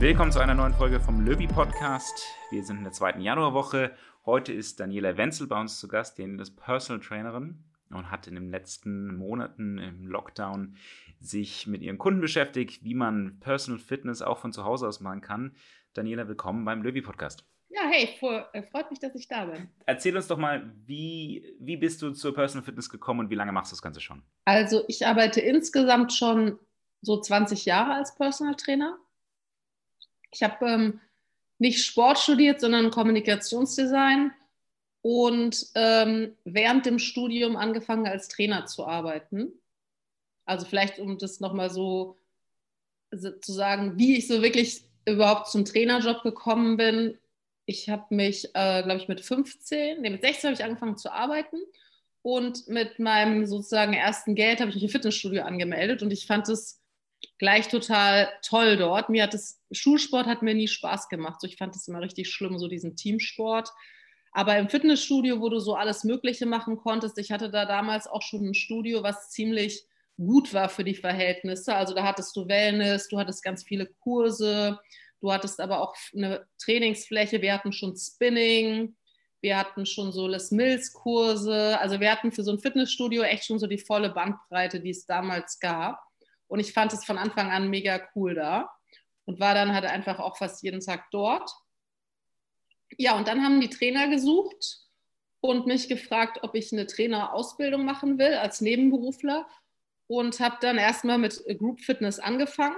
Willkommen zu einer neuen Folge vom Löwy-Podcast. Wir sind in der 2. Januarwoche. Heute ist Daniela Wenzel bei uns zu Gast, die ist Personal Trainerin und hat in den letzten Monaten im Lockdown sich mit ihren Kunden beschäftigt, wie man Personal Fitness auch von zu Hause aus machen kann. Daniela, willkommen beim Löwy-Podcast. Ja, hey, freut mich, dass ich da bin. Erzähl uns doch mal, wie bist du zur Personal Fitness gekommen und wie lange machst du das Ganze schon? Also ich arbeite insgesamt schon so 20 Jahre als Personal Trainer. Ich habe nicht Sport studiert, sondern Kommunikationsdesign und während dem Studium angefangen als Trainer zu arbeiten. Also vielleicht, um das nochmal so zu sagen, wie ich so wirklich überhaupt zum Trainerjob gekommen bin. Ich habe mich, glaube ich, mit 16 habe ich angefangen zu arbeiten und mit meinem sozusagen ersten Geld habe ich mich im Fitnessstudio angemeldet und ich fand es gleich total toll dort. Schulsport hat mir nie Spaß gemacht. So, ich fand es immer richtig schlimm, so diesen Teamsport. Aber im Fitnessstudio, wo du so alles Mögliche machen konntest, ich hatte da damals auch schon ein Studio, was ziemlich gut war für die Verhältnisse. Also da hattest du Wellness, du hattest ganz viele Kurse, du hattest aber auch eine Trainingsfläche, wir hatten schon Spinning, wir hatten schon so Les Mills Kurse, also wir hatten für so ein Fitnessstudio echt schon so die volle Bandbreite, die es damals gab. Und ich fand es von Anfang an mega cool da und war dann halt einfach auch fast jeden Tag dort. Ja, und dann haben die Trainer gesucht und mich gefragt, ob ich eine Trainerausbildung machen will als Nebenberufler und habe dann erstmal mit Group Fitness angefangen.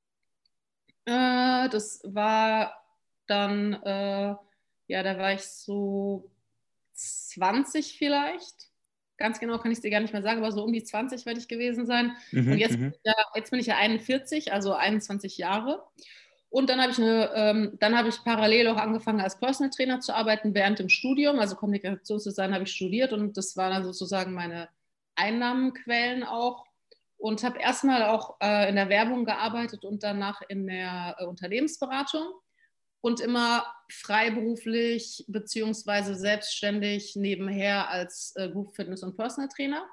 Das war dann, ja, da war ich so 20 vielleicht. Ganz genau kann ich es dir gar nicht mehr sagen, aber so um die 20 werde ich gewesen sein. Und jetzt bin ich ja 41, also 21 Jahre. Und dann habe ich parallel auch angefangen, als Personal Trainer zu arbeiten während dem Studium. Also Kommunikationsdesign habe ich studiert und das waren dann sozusagen meine Einnahmenquellen auch. Und habe erstmal auch in der Werbung gearbeitet und danach in der Unternehmensberatung und immer freiberuflich beziehungsweise selbstständig nebenher als Group Fitness und Personal Trainer.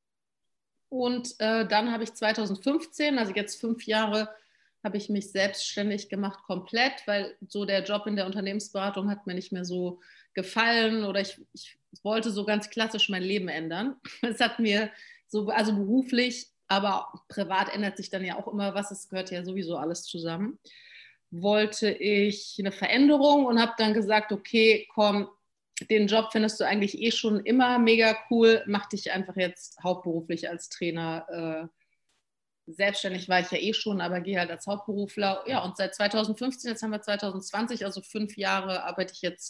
Und dann habe ich 2015, also jetzt 5 Jahre, habe ich mich selbstständig gemacht komplett, weil so der Job in der Unternehmensberatung hat mir nicht mehr so gefallen oder ich wollte so ganz klassisch mein Leben ändern. Es hat mir so, also beruflich, aber privat ändert sich dann ja auch immer was, es gehört ja sowieso alles zusammen. Wollte ich eine Veränderung und habe dann gesagt, okay, komm, den Job findest du eigentlich eh schon immer mega cool, mach dich einfach jetzt hauptberuflich als Trainer. Selbstständig war ich ja eh schon, aber gehe halt als Hauptberufler. Ja, und seit 2015, jetzt haben wir 2020, also 5 Jahre arbeite ich jetzt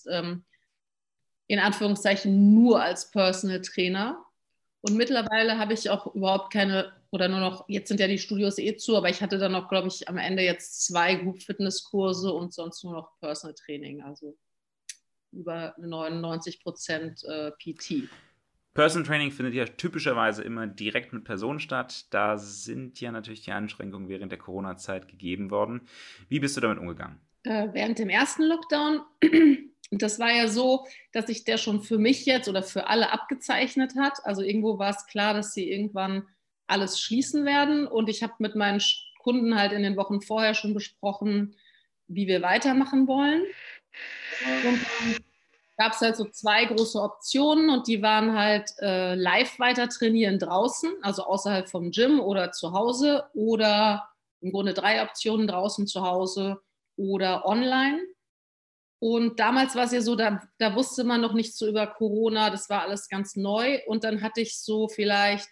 in Anführungszeichen nur als Personal Trainer. Und mittlerweile habe ich auch überhaupt keine, oder nur noch, jetzt sind ja die Studios eh zu, aber ich hatte dann noch, glaube ich, am Ende jetzt 2 Group Fitness Kurse und sonst nur noch Personal Training, also über 99% PT. Personal Training findet ja typischerweise immer direkt mit Personen statt. Da sind ja natürlich die Einschränkungen während der Corona-Zeit gegeben worden. Wie bist du damit umgegangen? Während dem ersten Lockdown, das war ja so, dass sich der schon für mich jetzt oder für alle abgezeichnet hat. Also irgendwo war es klar, dass sie irgendwann alles schließen werden. Und ich habe mit meinen Kunden halt in den Wochen vorher schon besprochen, wie wir weitermachen wollen. Und dann gab es halt so 2 große Optionen und die waren halt live weiter trainieren draußen, also außerhalb vom Gym oder zu Hause oder im Grunde 3 Optionen draußen, zu Hause oder online. Und damals war es ja so, da wusste man noch nichts so über Corona, das war alles ganz neu und dann hatte ich so vielleicht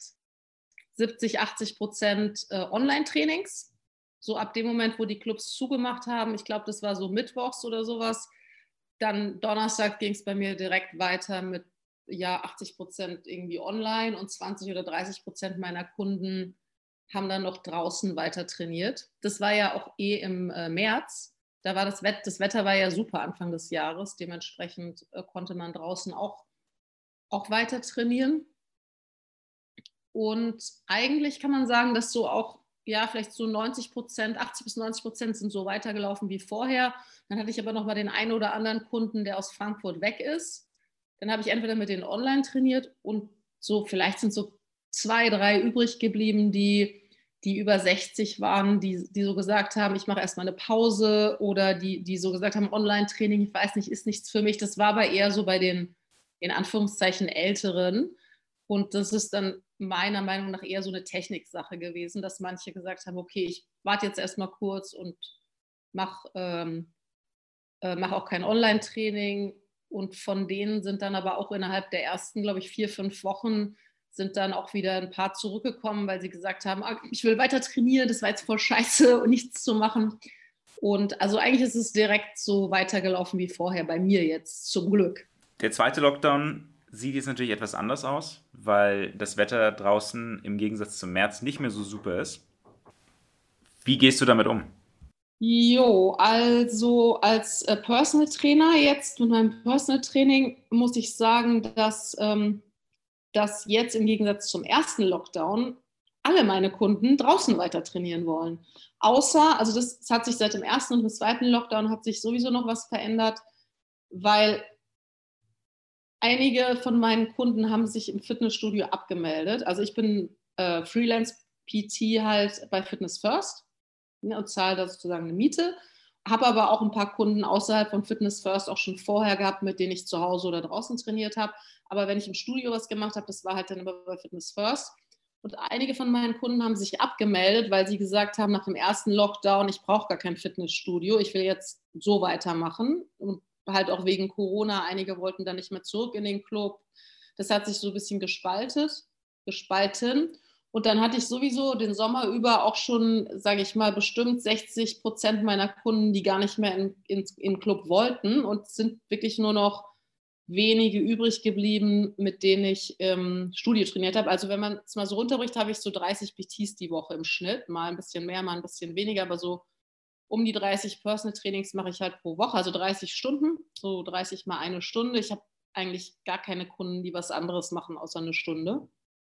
70-80% Online-Trainings. So ab dem Moment, wo die Clubs zugemacht haben, ich glaube, das war so mittwochs oder sowas, dann Donnerstag ging es bei mir direkt weiter mit ja 80% irgendwie online und 20 oder 30% meiner Kunden haben dann noch draußen weiter trainiert. Das war ja auch im März. Da war das Wetter war ja super Anfang des Jahres. Dementsprechend konnte man draußen auch weiter trainieren. Und eigentlich kann man sagen, dass so auch, ja, vielleicht so 90%, 80-90% sind so weitergelaufen wie vorher. Dann hatte ich aber noch mal den einen oder anderen Kunden, der aus Frankfurt weg ist. Dann habe ich entweder mit denen online trainiert und so, vielleicht sind so 2, 3 übrig geblieben, die die über 60 waren, die so gesagt haben, ich mache erstmal eine Pause, oder die so gesagt haben, Online-Training, ich weiß nicht, ist nichts für mich. Das war aber eher so bei den, in Anführungszeichen, Älteren. Und das ist dann meiner Meinung nach eher so eine Techniksache gewesen, dass manche gesagt haben, okay, ich warte jetzt erstmal kurz und mache auch kein Online-Training. Und von denen sind dann aber auch innerhalb der ersten, glaube ich, 4-5 Wochen sind dann auch wieder ein paar zurückgekommen, weil sie gesagt haben, ich will weiter trainieren, das war jetzt voll scheiße und nichts zu machen. Und also eigentlich ist es direkt so weitergelaufen wie vorher bei mir jetzt, zum Glück. Der zweite Lockdown sieht jetzt natürlich etwas anders aus, weil das Wetter draußen im Gegensatz zum März nicht mehr so super ist. Wie gehst du damit um? Jo, also als Personal Trainer jetzt mit meinem Personal Training muss ich sagen, dass jetzt im Gegensatz zum ersten Lockdown alle meine Kunden draußen weiter trainieren wollen. Außer, also das hat sich seit dem ersten und dem zweiten Lockdown hat sich sowieso noch was verändert, weil einige von meinen Kunden haben sich im Fitnessstudio abgemeldet. Also ich bin Freelance-PT halt bei Fitness First, ne, und zahle da sozusagen eine Miete. Habe aber auch ein paar Kunden außerhalb von Fitness First auch schon vorher gehabt, mit denen ich zu Hause oder draußen trainiert habe. Aber wenn ich im Studio was gemacht habe, das war halt dann immer bei Fitness First. Und einige von meinen Kunden haben sich abgemeldet, weil sie gesagt haben, nach dem ersten Lockdown, ich brauche gar kein Fitnessstudio, ich will jetzt so weitermachen. Und halt auch wegen Corona, einige wollten dann nicht mehr zurück in den Club. Das hat sich so ein bisschen gespalten. Und dann hatte ich sowieso den Sommer über auch schon, sage ich mal, bestimmt 60% meiner Kunden, die gar nicht mehr in den Club wollten, und es sind wirklich nur noch wenige übrig geblieben, mit denen ich Studio trainiert habe. Also wenn man es mal so runterbricht, habe ich so 30 PTs die Woche im Schnitt, mal ein bisschen mehr, mal ein bisschen weniger, aber so um die 30 Personal Trainings mache ich halt pro Woche, also 30 Stunden, so 30 mal eine Stunde. Ich habe eigentlich gar keine Kunden, die was anderes machen, außer eine Stunde.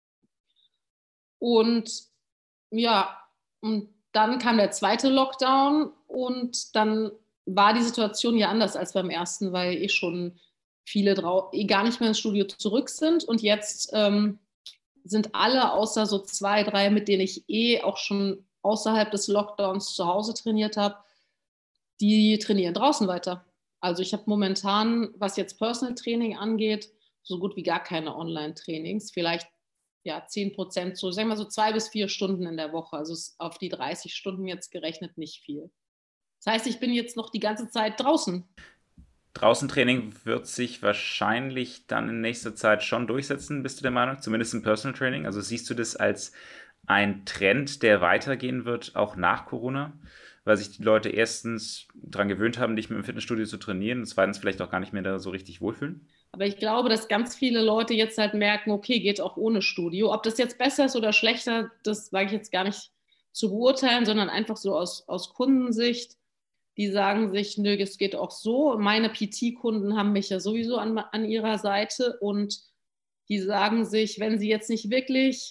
Und ja, und dann kam der zweite Lockdown, und dann war die Situation ja anders als beim ersten, weil schon viele gar nicht mehr ins Studio zurück sind. Und jetzt sind alle außer so 2, 3, mit denen ich auch schon außerhalb des Lockdowns zu Hause trainiert habe, die trainieren draußen weiter. Also ich habe momentan, was jetzt Personal Training angeht, so gut wie gar keine Online-Trainings. Vielleicht 10%, so sagen wir so 2 bis 4 Stunden in der Woche. Also auf die 30 Stunden jetzt gerechnet nicht viel. Das heißt, ich bin jetzt noch die ganze Zeit draußen. Draußentraining wird sich wahrscheinlich dann in nächster Zeit schon durchsetzen, bist du der Meinung? Zumindest im Personal Training. Also siehst du das als ein Trend, der weitergehen wird, auch nach Corona? Weil sich die Leute erstens daran gewöhnt haben, nicht mehr im Fitnessstudio zu trainieren und zweitens vielleicht auch gar nicht mehr da so richtig wohlfühlen? Aber ich glaube, dass ganz viele Leute jetzt halt merken, okay, geht auch ohne Studio. Ob das jetzt besser ist oder schlechter, das wage ich jetzt gar nicht zu beurteilen, sondern einfach so aus Kundensicht. Die sagen sich, nö, es geht auch so. Meine PT-Kunden haben mich ja sowieso an ihrer Seite, und die sagen sich, wenn sie jetzt nicht wirklich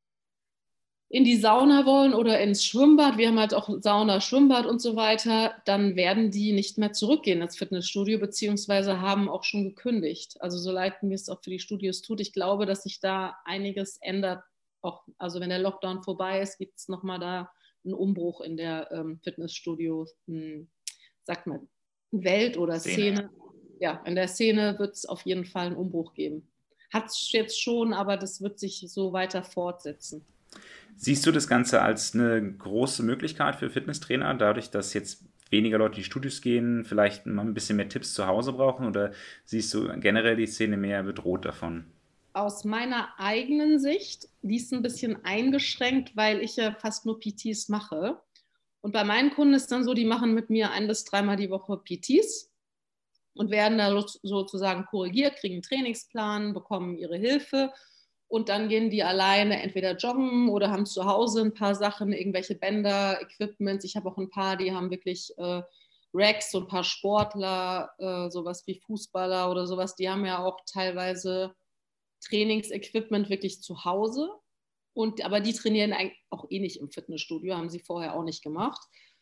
in die Sauna wollen oder ins Schwimmbad, wir haben halt auch Sauna, Schwimmbad und so weiter, dann werden die nicht mehr zurückgehen ins Fitnessstudio, beziehungsweise haben auch schon gekündigt. Also so leid mir es auch für die Studios tut, ich glaube, dass sich da einiges ändert. Auch, also wenn der Lockdown vorbei ist, gibt es nochmal da einen Umbruch in der Fitnessstudio, sagt man, Welt oder Szene. Ja, in der Szene wird es auf jeden Fall einen Umbruch geben. Hat es jetzt schon, aber das wird sich so weiter fortsetzen. Siehst du das Ganze als eine große Möglichkeit für Fitnesstrainer, dadurch, dass jetzt weniger Leute in die Studios gehen, vielleicht mal ein bisschen mehr Tipps zu Hause brauchen, oder siehst du generell die Szene mehr bedroht davon? Aus meiner eigenen Sicht, die ist ein bisschen eingeschränkt, weil ich ja fast nur PTs mache. Und bei meinen Kunden ist dann so, die machen mit mir 1 bis 3 Mal die Woche PTs und werden da sozusagen korrigiert, kriegen einen Trainingsplan, bekommen ihre Hilfe. Und dann gehen die alleine entweder joggen oder haben zu Hause ein paar Sachen, irgendwelche Bänder, Equipments. Ich habe auch ein paar, die haben wirklich Racks, so ein paar Sportler, sowas wie Fußballer oder sowas. Die haben ja auch teilweise Trainingsequipment wirklich zu Hause. Aber die trainieren eigentlich auch eh nicht im Fitnessstudio, haben sie vorher auch nicht gemacht.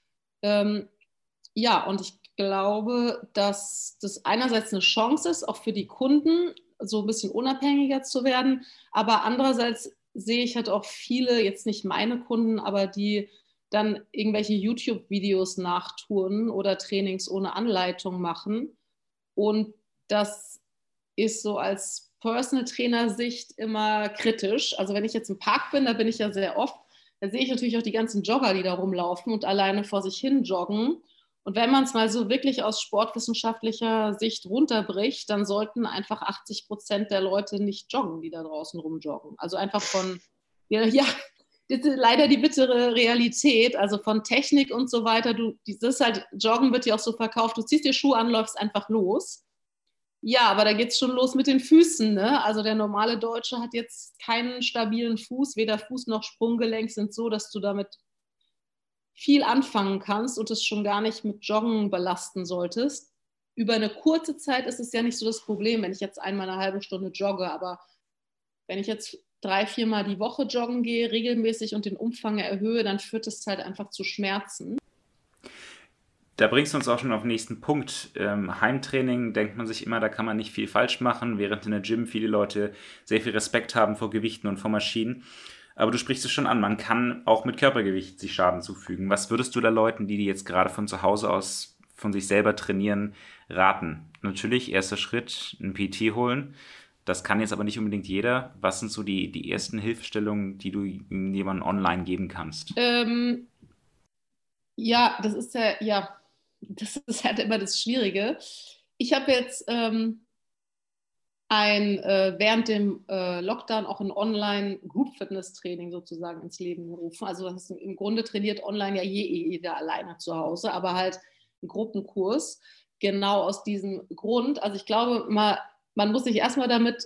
Ja, und ich glaube, dass das einerseits eine Chance ist, auch für die Kunden, so ein bisschen unabhängiger zu werden, aber andererseits sehe ich halt auch viele, jetzt nicht meine Kunden, aber die dann irgendwelche YouTube-Videos nachtun oder Trainings ohne Anleitung machen. Und das ist so als Personal Trainer Sicht immer kritisch. Also wenn ich jetzt im Park bin, da bin ich ja sehr oft, da sehe ich natürlich auch die ganzen Jogger, die da rumlaufen und alleine vor sich hin joggen. Und wenn man es mal so wirklich aus sportwissenschaftlicher Sicht runterbricht, dann sollten einfach 80% der Leute nicht joggen, die da draußen rumjoggen. Also einfach von, ja, das ist leider die bittere Realität, also von Technik und so weiter. Das ist halt, Joggen wird ja auch so verkauft, du ziehst dir Schuhe an, läufst einfach los. Ja, aber da geht es schon los mit den Füßen. Ne? Also der normale Deutsche hat jetzt keinen stabilen Fuß, weder Fuß noch Sprunggelenk sind so, dass du damit viel anfangen kannst und es schon gar nicht mit Joggen belasten solltest. Über eine kurze Zeit ist es ja nicht so das Problem, wenn ich jetzt einmal eine halbe Stunde jogge, aber wenn ich jetzt 3-4 Mal die Woche joggen gehe, regelmäßig und den Umfang erhöhe, dann führt es halt einfach zu Schmerzen. Da bringst du uns auch schon auf den nächsten Punkt. Heimtraining denkt man sich immer, da kann man nicht viel falsch machen, während in der Gym viele Leute sehr viel Respekt haben vor Gewichten und vor Maschinen. Aber du sprichst es schon an, man kann auch mit Körpergewicht sich Schaden zufügen. Was würdest du da Leuten, die jetzt gerade von zu Hause aus von sich selber trainieren, raten? Natürlich, erster Schritt, ein PT holen. Das kann jetzt aber nicht unbedingt jeder. Was sind so die ersten Hilfestellungen, die du jemandem online geben kannst? Ja, das ist halt immer das Schwierige. Ich habe jetzt während dem Lockdown auch ein Online-Group-Fitness-Training sozusagen ins Leben gerufen. Also das ist im Grunde trainiert online ja jeder alleine zu Hause, aber halt ein Gruppenkurs. Genau aus diesem Grund. Also ich glaube, man muss sich erstmal damit,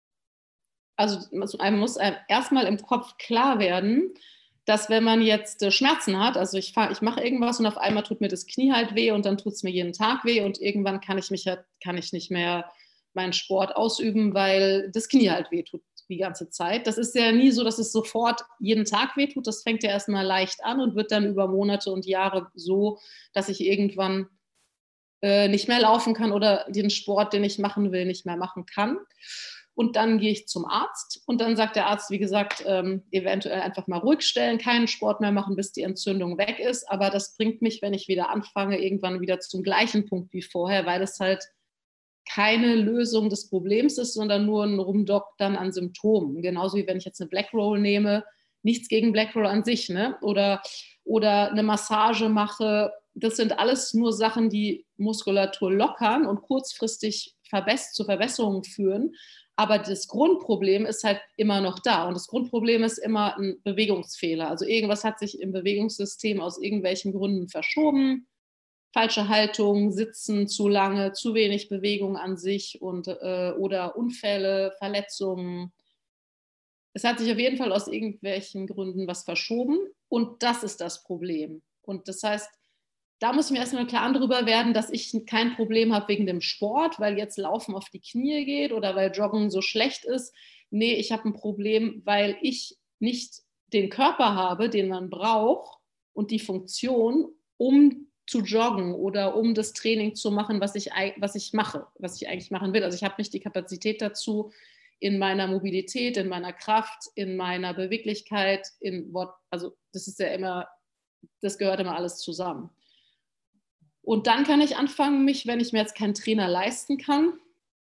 also einem muss einem erstmal im Kopf klar werden, dass wenn man jetzt Schmerzen hat, also ich mache irgendwas und auf einmal tut mir das Knie halt weh und dann tut es mir jeden Tag weh und irgendwann kann ich nicht mehr meinen Sport ausüben, weil das Knie halt weh tut die ganze Zeit. Das ist ja nie so, dass es sofort jeden Tag weh tut. Das fängt ja erstmal leicht an und wird dann über Monate und Jahre so, dass ich irgendwann nicht mehr laufen kann oder den Sport, den ich machen will, nicht mehr machen kann. Und dann gehe ich zum Arzt und dann sagt der Arzt, wie gesagt, eventuell einfach mal ruhig stellen, keinen Sport mehr machen, bis die Entzündung weg ist. Aber das bringt mich, wenn ich wieder anfange, irgendwann wieder zum gleichen Punkt wie vorher, weil es halt keine Lösung des Problems ist, sondern nur ein Rumdoktern an Symptomen. Genauso wie wenn ich jetzt eine Black Roll nehme, nichts gegen Black Roll an sich, ne? Oder eine Massage mache. Das sind alles nur Sachen, die Muskulatur lockern und kurzfristig zu Verbesserungen führen. Aber das Grundproblem ist halt immer noch da. Und das Grundproblem ist immer ein Bewegungsfehler. Also irgendwas hat sich im Bewegungssystem aus irgendwelchen Gründen verschoben. Falsche Haltung, Sitzen zu lange, zu wenig Bewegung an sich oder Unfälle, Verletzungen. Es hat sich auf jeden Fall aus irgendwelchen Gründen was verschoben. Und das ist das Problem. Und das heißt, da muss ich mir erstmal klar darüber werden, dass ich kein Problem habe wegen dem Sport, weil jetzt Laufen auf die Knie geht oder weil Joggen so schlecht ist. Nee, ich habe ein Problem, weil ich nicht den Körper habe, den man braucht und die Funktion, um zu joggen oder um das Training zu machen, was ich eigentlich machen will. Also ich habe nicht die Kapazität dazu, in meiner Mobilität, in meiner Kraft, in meiner Beweglichkeit, also das ist ja immer, das gehört immer alles zusammen. Und dann kann ich anfangen, wenn ich mir jetzt keinen Trainer leisten kann,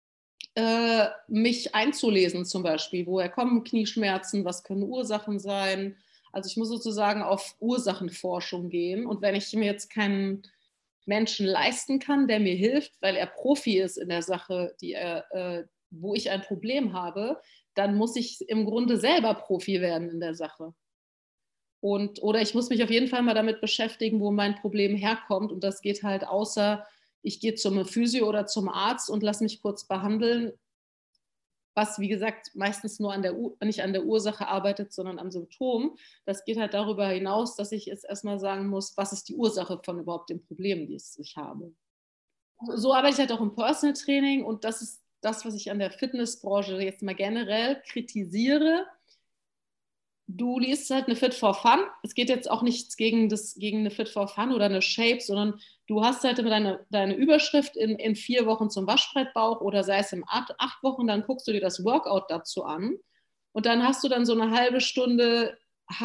mich einzulesen zum Beispiel. Woher kommen Knieschmerzen? Was können Ursachen sein? Also ich muss sozusagen auf Ursachenforschung gehen. Und wenn ich mir jetzt keinen Menschen leisten kann, der mir hilft, weil er Profi ist in der Sache, wo ich ein Problem habe, dann muss ich im Grunde selber Profi werden in der Sache. Oder ich muss mich auf jeden Fall mal damit beschäftigen, wo mein Problem herkommt. Und das geht halt außer, ich gehe zum Physio oder zum Arzt und lasse mich kurz behandeln, was, wie gesagt, meistens nur nicht an der Ursache arbeitet, sondern am Symptom. Das geht halt darüber hinaus, dass ich jetzt erstmal sagen muss, was ist die Ursache von überhaupt dem Problem, das ich habe. So arbeite ich halt auch im Personal Training und das ist das, was ich an der Fitnessbranche jetzt mal generell kritisiere. Du liest halt eine Fit for Fun. Es geht jetzt auch nichts gegen eine Fit for Fun oder eine Shape, sondern du hast halt immer deine Überschrift in 4 Wochen zum Waschbrettbauch oder sei es in 8 Wochen, dann guckst du dir das Workout dazu an Und dann hast du dann so eine halbe Stunde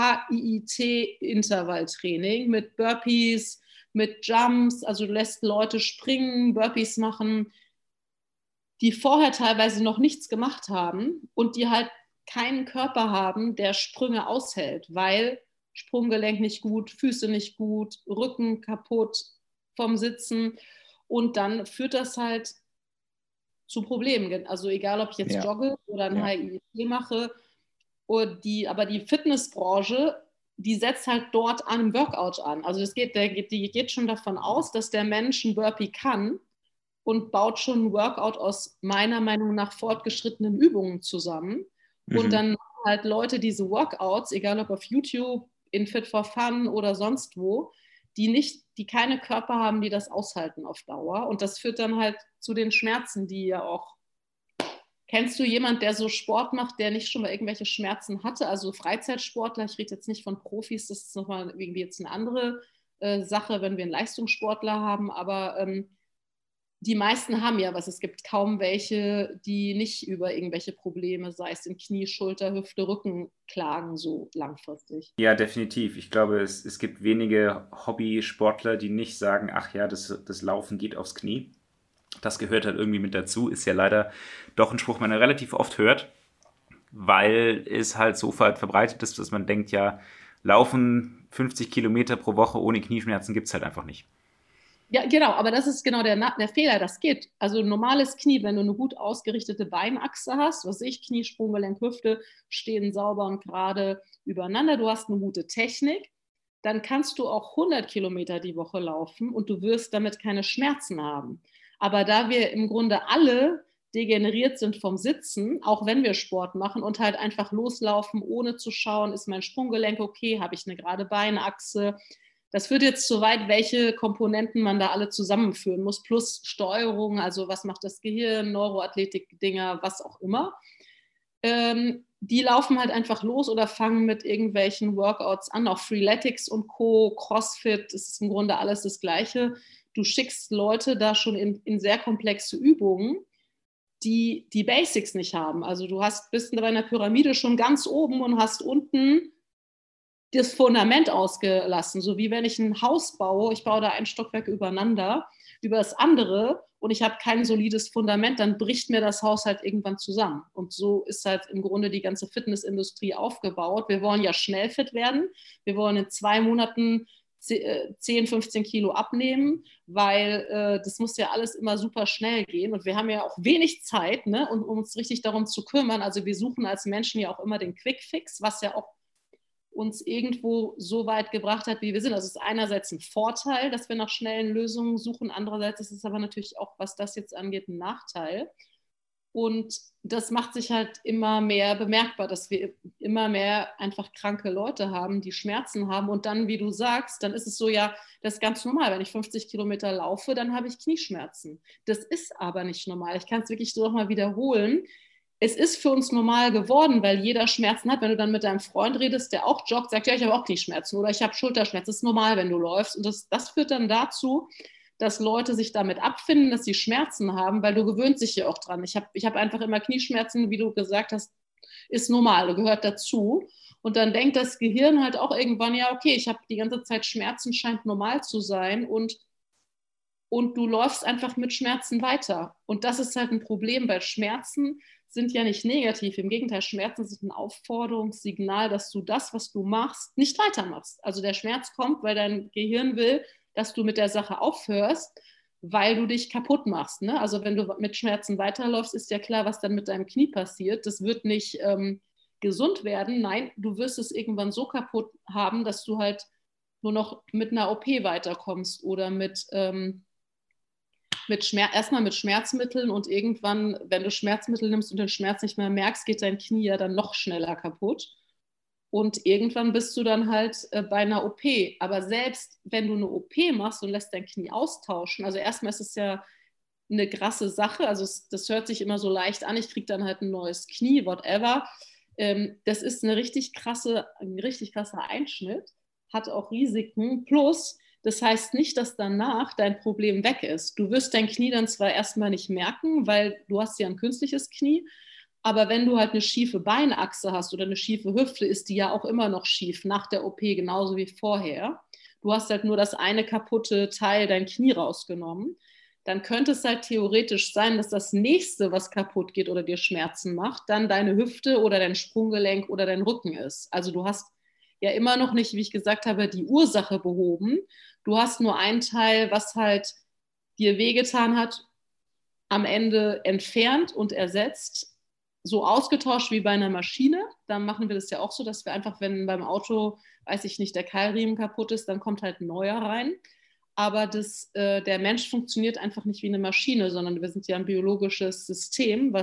HIIT-Intervalltraining mit Burpees, mit Jumps, also du lässt Leute springen, Burpees machen, die vorher teilweise noch nichts gemacht haben und die halt keinen Körper haben, der Sprünge aushält, weil Sprunggelenk nicht gut, Füße nicht gut, Rücken kaputt vom Sitzen. Und dann führt das halt zu Problemen. Also egal, ob ich jetzt jogge oder ein HIIT mache, aber die Fitnessbranche, die setzt halt dort an einem Workout an. Also die geht schon davon aus, dass der Mensch ein Burpee kann und baut schon ein Workout aus meiner Meinung nach fortgeschrittenen Übungen zusammen. Und dann machen halt Leute diese Workouts, egal ob auf YouTube, in Fit for Fun oder sonst wo, die keine Körper haben, die das aushalten auf Dauer. Und das führt dann halt zu den Schmerzen, die ja auch. Kennst du jemanden, der so Sport macht, der nicht schon mal irgendwelche Schmerzen hatte? Also Freizeitsportler, ich rede jetzt nicht von Profis, das ist nochmal irgendwie jetzt eine andere Sache, wenn wir einen Leistungssportler haben, aber die meisten haben ja was. Es gibt kaum welche, die nicht über irgendwelche Probleme, sei es in Knie, Schulter, Hüfte, Rücken, klagen so langfristig. Ja, definitiv. Ich glaube, es gibt wenige Hobbysportler, die nicht sagen, ach ja, das Laufen geht aufs Knie. Das gehört halt irgendwie mit dazu. Ist ja leider doch ein Spruch, man relativ oft hört, weil es halt so verbreitet ist, dass man denkt, ja, Laufen 50 Kilometer pro Woche ohne Knieschmerzen gibt es halt einfach nicht. Ja, genau, aber das ist genau der Fehler, das geht. Also ein normales Knie, wenn du eine gut ausgerichtete Beinachse hast, was ich, Knie, Sprunggelenk, Hüfte stehen sauber und gerade übereinander, du hast eine gute Technik, dann kannst du auch 100 Kilometer die Woche laufen und du wirst damit keine Schmerzen haben. Aber da wir im Grunde alle degeneriert sind vom Sitzen, auch wenn wir Sport machen und halt einfach loslaufen, ohne zu schauen, ist mein Sprunggelenk okay, habe ich eine gerade Beinachse. Das führt jetzt zu weit, welche Komponenten man da alle zusammenführen muss, plus Steuerung, also was macht das Gehirn, Neuroathletik-Dinger, was auch immer. Die laufen halt einfach los oder fangen mit irgendwelchen Workouts an, auch Freeletics und Co., CrossFit, das ist im Grunde alles das Gleiche. Du schickst Leute da schon in sehr komplexe Übungen, die die Basics nicht haben. Also bist bei einer Pyramide schon ganz oben und hast unten das Fundament ausgelassen. So wie wenn ich ein Haus baue, ich baue da ein Stockwerk übereinander, über das andere und ich habe kein solides Fundament, dann bricht mir das Haus halt irgendwann zusammen. Und so ist halt im Grunde die ganze Fitnessindustrie aufgebaut. Wir wollen ja schnell fit werden. Wir wollen in 2 Monaten 10, 15 Kilo abnehmen, weil das muss ja alles immer super schnell gehen und wir haben ja auch wenig Zeit, ne, um uns richtig darum zu kümmern. Also wir suchen als Menschen ja auch immer den Quick-Fix, was ja auch uns irgendwo so weit gebracht hat, wie wir sind. Also es ist einerseits ein Vorteil, dass wir nach schnellen Lösungen suchen, andererseits ist es aber natürlich auch, was das jetzt angeht, ein Nachteil. Und das macht sich halt immer mehr bemerkbar, dass wir immer mehr einfach kranke Leute haben, die Schmerzen haben. Und dann, wie du sagst, dann ist es so, ja, das ist ganz normal. Wenn ich 50 Kilometer laufe, dann habe ich Knieschmerzen. Das ist aber nicht normal. Ich kann es wirklich so nochmal wiederholen. Es ist für uns normal geworden, weil jeder Schmerzen hat. Wenn du dann mit deinem Freund redest, der auch joggt, sagt, ja, ich habe auch Knieschmerzen oder ich habe Schulterschmerzen. Das ist normal, wenn du läufst. Und das führt dann dazu, dass Leute sich damit abfinden, dass sie Schmerzen haben, weil du gewöhnst dich ja auch dran. Ich hab einfach immer Knieschmerzen, wie du gesagt hast, ist normal, gehört dazu. Und dann denkt das Gehirn halt auch irgendwann, ja, okay, ich habe die ganze Zeit Schmerzen, scheint normal zu sein und du läufst einfach mit Schmerzen weiter. Und das ist halt ein Problem, weil Schmerzen sind ja nicht negativ. Im Gegenteil, Schmerzen sind ein Aufforderungssignal, dass du das, was du machst, nicht weitermachst. Also der Schmerz kommt, weil dein Gehirn will, dass du mit der Sache aufhörst, weil du dich kaputt machst. Ne? Also wenn du mit Schmerzen weiterläufst, ist ja klar, was dann mit deinem Knie passiert. Das wird nicht gesund werden. Nein, du wirst es irgendwann so kaputt haben, dass du halt nur noch mit einer OP weiterkommst oder erstmal mit Schmerzmitteln und irgendwann, wenn du Schmerzmittel nimmst und den Schmerz nicht mehr merkst, geht dein Knie ja dann noch schneller kaputt. Und irgendwann bist du dann halt bei einer OP. Aber selbst wenn du eine OP machst und lässt dein Knie austauschen, also erstmal ist es ja eine krasse Sache, also das hört sich immer so leicht an, ich kriege dann halt ein neues Knie, whatever. Das ist ein richtig krasser Einschnitt, hat auch Risiken, plus das heißt nicht, dass danach dein Problem weg ist. Du wirst dein Knie dann zwar erstmal nicht merken, weil du hast ja ein künstliches Knie, Aber wenn du halt eine schiefe Beinachse hast oder eine schiefe Hüfte, ist die ja auch immer noch schief nach der OP, genauso wie vorher. Du hast halt nur das eine kaputte Teil, dein Knie rausgenommen. Dann könnte es halt theoretisch sein, dass das nächste, was kaputt geht oder dir Schmerzen macht, dann deine Hüfte oder dein Sprunggelenk oder dein Rücken ist. Also du hast ja immer noch nicht, wie ich gesagt habe, die Ursache behoben. Du hast nur einen Teil, was halt dir wehgetan hat, am Ende entfernt und ersetzt, so ausgetauscht wie bei einer Maschine. Dann machen wir das ja auch so, dass wir einfach, wenn beim Auto, weiß ich nicht, der Keilriemen kaputt ist, dann kommt halt ein neuer rein. Aber der Mensch funktioniert einfach nicht wie eine Maschine, sondern wir sind ja ein biologisches System,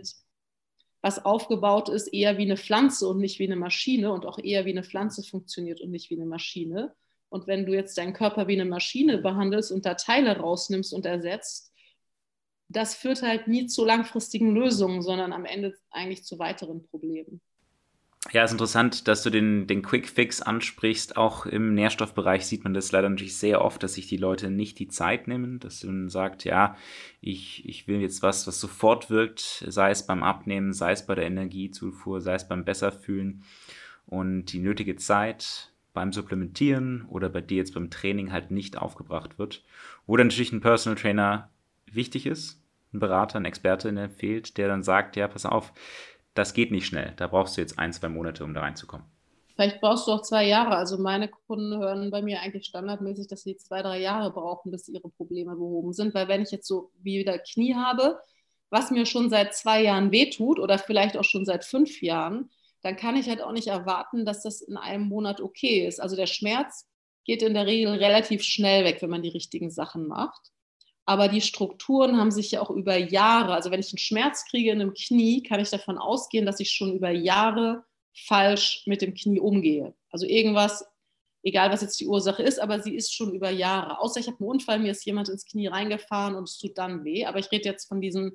was aufgebaut ist eher wie eine Pflanze und nicht wie eine Maschine und auch eher wie eine Pflanze funktioniert und nicht wie eine Maschine. Und wenn du jetzt deinen Körper wie eine Maschine behandelst und da Teile rausnimmst und ersetzt, das führt halt nie zu langfristigen Lösungen, sondern am Ende eigentlich zu weiteren Problemen. Ja, ist interessant, dass du den Quick Fix ansprichst. Auch im Nährstoffbereich sieht man das leider natürlich sehr oft, dass sich die Leute nicht die Zeit nehmen, dass man sagt, ja, ich will jetzt was sofort wirkt, sei es beim Abnehmen, sei es bei der Energiezufuhr, sei es beim Besserfühlen, und die nötige Zeit beim Supplementieren oder bei dir jetzt beim Training halt nicht aufgebracht wird. Wo dann natürlich ein Personal Trainer wichtig ist, ein Berater, ein Experte, der fehlt, der dann sagt, ja, pass auf, das geht nicht schnell. Da brauchst du jetzt 1, 2 Monate, um da reinzukommen. Vielleicht brauchst du auch 2 Jahre. Also meine Kunden hören bei mir eigentlich standardmäßig, dass sie 2, 3 Jahre brauchen, bis ihre Probleme behoben sind. Weil wenn ich jetzt so wie wieder Knie habe, was mir schon seit 2 Jahren wehtut oder vielleicht auch schon seit 5 Jahren, dann kann ich halt auch nicht erwarten, dass das in einem Monat okay ist. Also der Schmerz geht in der Regel relativ schnell weg, wenn man die richtigen Sachen macht. Aber die Strukturen haben sich ja auch über Jahre, also wenn ich einen Schmerz kriege in einem Knie, kann ich davon ausgehen, dass ich schon über Jahre falsch mit dem Knie umgehe. Also irgendwas, egal was jetzt die Ursache ist, aber sie ist schon über Jahre. Außer ich habe einen Unfall, mir ist jemand ins Knie reingefahren und es tut dann weh. Aber ich rede jetzt von diesen